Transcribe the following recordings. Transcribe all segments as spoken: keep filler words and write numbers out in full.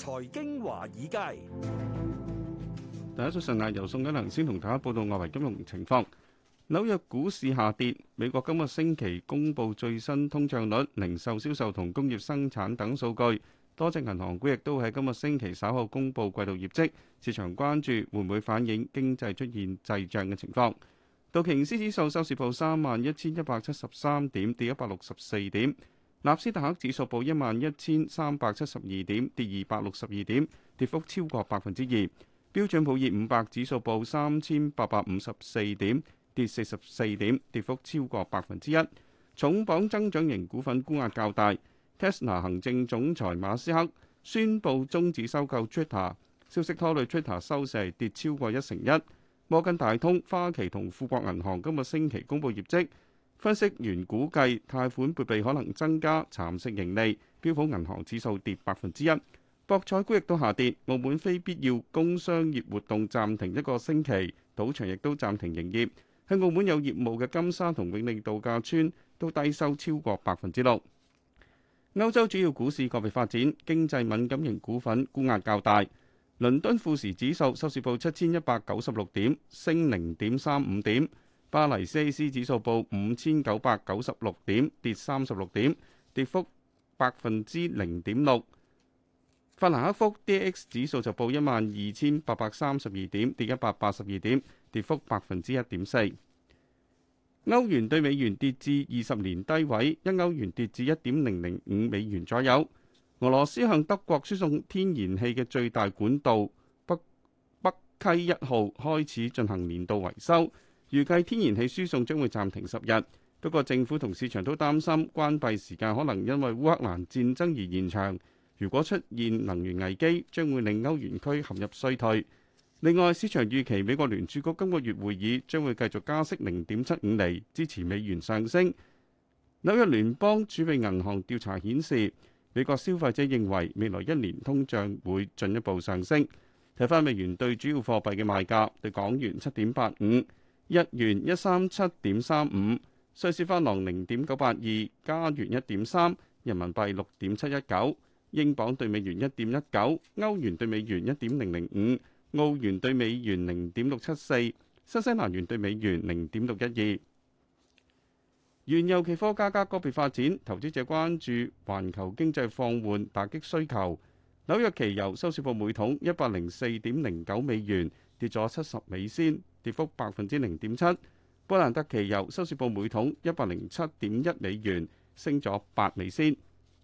財經華爾街， 第一早晨啊，由宋一良先同大家報道外圍金融情況。紐約股市下跌，美國今個星期公布最新通脹率、零售銷售同工業生產等數據。多隻銀行股亦都喺今個星期稍後公布季度業績，市場關注會唔會反映經濟出現滯脹嘅情況。道瓊斯指數收市報三萬一千一百七十三點，跌一百六十四點；納斯達克指數報一萬一千三百七十二點，跌二百六十二點，跌幅超過百分之二。標準普爾五百指數報三千八百五十四點，跌四十四點，跌幅超過百分之一。重磅增長型股份沽壓較大。Tesla 行政總裁馬斯克宣布終止收購 Twitter， 消息拖累 Twitter 收市跌超過一成一。摩根大通、花旗同富國銀行今個星期公布業績，分析員估計貸款撥備可能增加，蠶食盈利。標普銀行指數跌百分之一。博彩股亦都下跌，澳門非必要工商業活動暫停一個星期，賭場亦都暫停營業。喺澳門有業務嘅金沙同永利度假村都低收超過百分之六。歐洲主要股市個別發展，經濟敏感型股份沽壓較大。倫敦富時指數收市報七千一百九十六點，升零點三五點。巴黎 C A C 指數報五千九百九十六點，跌三十六點，跌幅百分之零點六。法蘭克福 D A X 指數就報一萬二千八百三十二點，跌一百八十二點，跌幅百分之一點四。歐元對美元跌至二十年低位，一歐元跌至一點零零五美元左右。俄羅斯向德國輸送天然氣嘅最大管道北北溪一號開始進行年度維修，預計天然氣輸送將會暫停十日。不過政府同市場都擔心關閉時間可能因為烏克蘭戰爭而延長。如果出現能源危機，將會令歐元區陷入衰退。另外，市場預期美國聯儲局今個月會議將會繼續加息零點七五厘，支持美元上升。紐約聯邦儲備銀行調查顯示，美國消費者認為未來一年通脹會進一步上升。睇返美元對主要貨幣嘅賣價，對港元七點八五，日元一三七點三五，瑞士法郎零點九八二，加元一點三，人民幣六點七一九，英鎊對美元一點一九，歐元對美元一點零零五。澳元對美元零點六七四，新西蘭元對美元零點六一二。原油期貨價格個別發展，投資者關注環球經濟放緩打擊需求。紐約期油收市報每桶一百零四點零九美元，跌咗七十美仙，跌幅百分之零點七。布蘭特期油收市報每桶一百零七點一美元，升咗八美仙。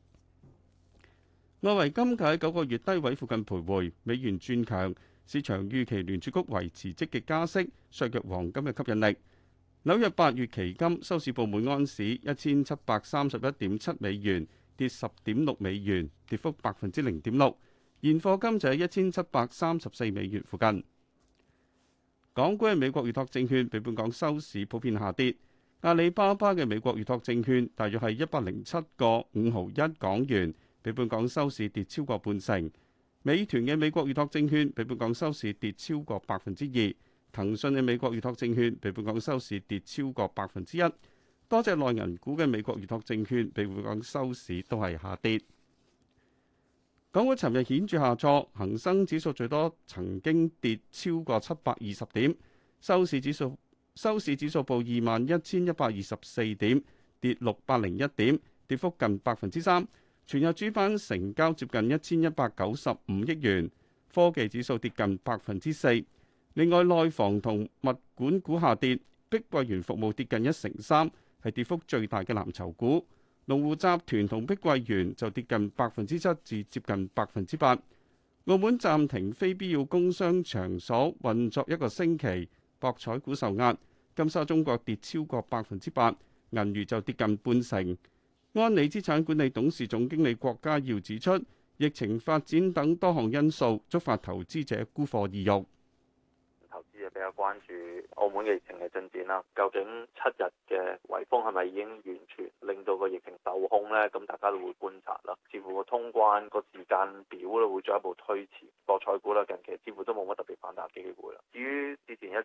外圍金價喺九個月低位附近徘徊，美元轉強。市場預期聯儲局維持積極加息，削弱黃金嘅吸引力。紐約八月期金收市報每安士一千七百三十一點七美元，跌十點六美元，跌幅百分之零點六。現貨金就喺一千七百三十四美元附近。港股嘅美國預託證券比本港收市普遍下跌。阿里巴巴嘅美國預託證券大約係一百零七個五毫一港元，比本港收市跌超過半成。美團嘅美國預託證券比本港收市跌超過百分之二，騰訊嘅美國預託證券比本港收市跌超過百分之一，多隻內銀股嘅美國預託證券比本港收市都係下跌。港股尋日顯著下挫，恒生指數最多曾經跌超過七百二十點，收市指數收市指數報二萬一千一百二十四點，跌六百零一點，跌幅近百分之三。全日主板成交接近一千一百九十五億元，科技指數跌近百分之四。另外，內房同物管股下跌，碧桂園服務跌近一成三，係跌幅最大嘅藍籌股。龍湖集團同碧桂園就跌近百分之七至接近百分之八。澳門暫停非必要工商場所運作一個星期，博彩股受壓。金沙中國跌超過百分之八，銀娛就跌近半成。安理資產管理董事總經理郭家耀指出，疫情發展等多項因素觸發投資者沽貨意欲。 投資者比較關注澳門嘅疫情嘅進展啦，究竟七日嘅圍封係咪已經完全令到個疫情受控呢？咁大家都會觀察啦。似乎個通關個時間表咧會進一步推遲，博彩股啦近期似乎都冇乜特別反彈機會啦。至於之前一直困擾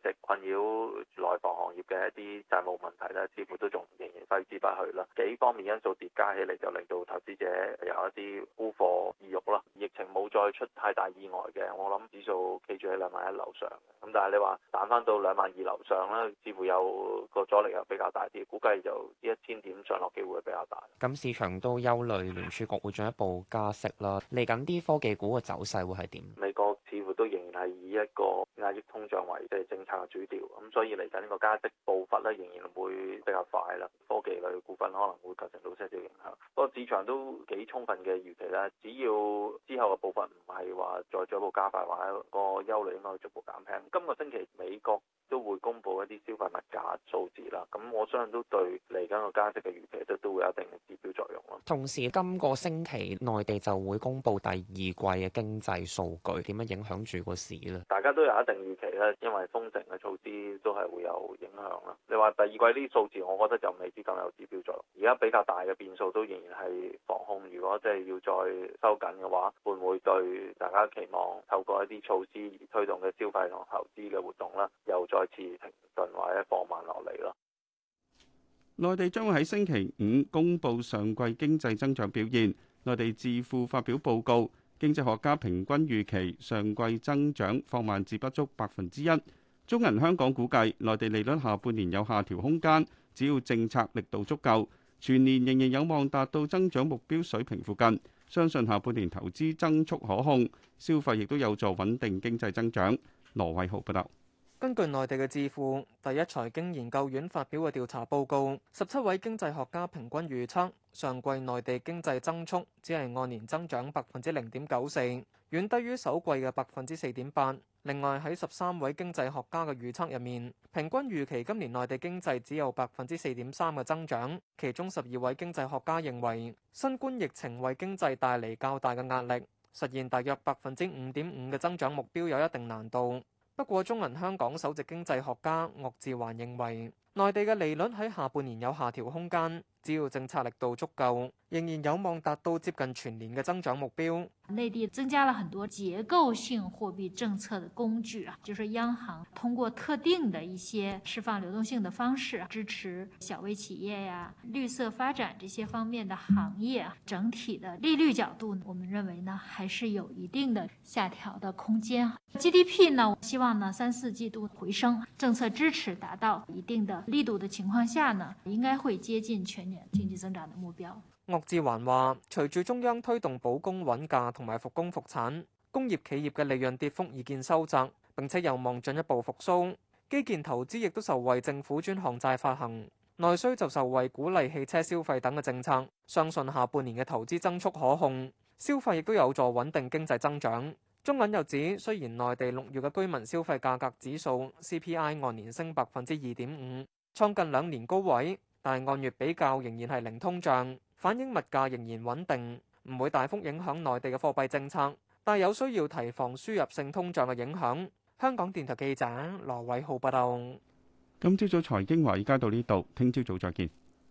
擾內房行業嘅一啲債務問題咧，似乎都仲仍然揮之不去啦。幾方面因素疊加起嚟，就令到投資者有一啲沽貨意欲啦。疫情冇再出太大意外嘅，我諗指數企住喺兩萬一樓上。咁但係你話彈翻到兩萬二樓上咧，似乎有個阻力又比較大啲，估計就一千點上落機會比較大。 咁市場都憂慮聯儲局會進一步加息啦。嚟緊啲科技股嘅走勢會係點？ 美國似乎都仍然係以一個壓抑通脹為即係政策嘅主調，咁所以嚟緊呢個加息步伐咧仍然會比較快啦。科技類股份可能會構成到些少影響。不過市場都幾充分嘅預期啦，只要之後嘅步伐唔係話再進一步加快，或者個憂慮應該逐步減輕。今個星期美國都會公布一啲消費物價數字啦，咁我相信都對嚟緊個加息嘅預期都都會有一定嘅指標作用咯。 同時，今個星期內地就會公布第二季嘅經濟數據，點樣影響住個市咧？ 大家都有一定預期咧，因為封城嘅措施都係會有影響啦。你話第二季呢啲數字，我覺得就未必咁有指標作用。而家比較大嘅變數都仍然係防控，如果即係要再收緊嘅話，會唔會對大家期望透過一啲措施而推動嘅消費同投資嘅活動啦，又再次停頓或者放慢落嚟咯？ 內地將會喺星期五公布上季經濟增長表現。內地智庫發表報告，經濟學家平均預期上季增長放慢至不足百分之一。中銀香港估計內地利率下半年有下調空間，只要政策力度足夠，全年仍然有望達到增長目標水平附近。相信下半年投資增速可控，消費亦都有助穩定經濟增長。羅偉豪報道。 根據內地嘅智庫第一財經研究院發表嘅調查報告，十七位經濟學家平均預測上季內地經濟增速只係按年增長百分之零點九四，遠低於首季嘅百分之四點八。另外喺十三位經濟學家嘅預測入面，平均預期今年內地經濟只有百分之四點三嘅增長。其中十二位經濟學家認為，新冠疫情為經濟帶嚟較大嘅壓力，實現大約百分之五點五嘅增長目標有一定難度。不過，中銀香港首席經濟學家岳志環認為，內地嘅利率喺下半年有下調空間，只要政策力度足夠，仍然有望達到接近全年嘅增長目標。 內地增加了很多結構性貨幣政策的工具啊，就是央行通過特定的一些釋放流動性的方式，支持小微企業呀、綠色發展這些方面的行業。整體的利率角度，我們認為呢，還是有一定的下調的空間。G D P 呢，希望呢三四季度回升，政策支持達到一定的力度的情況下呢，應該會接近全年經濟增長的目標。 岳志環話，隨住中央推動保供穩價同埋復工復產，工業企業嘅利潤跌幅已見收窄，並且有望進一步復甦。基建投資亦都受惠政府專項債發行，內需就受惠鼓勵汽車消費等嘅政策。相信下半年嘅投資增速可控，消費亦都有助穩定經濟增長。中銀又指，雖然內地六月嘅居民消費價格指數 C P I 按年升百分之二點五，創近兩年高位，但係按月比較仍然係零通脹，反映物價仍然穩定，唔會大幅影響內地嘅貨幣政策，但有需要提防輸入性通脹嘅影響。香港電台記者羅偉浩報道。 今朝早財經華爾街到呢度，聽朝早再見。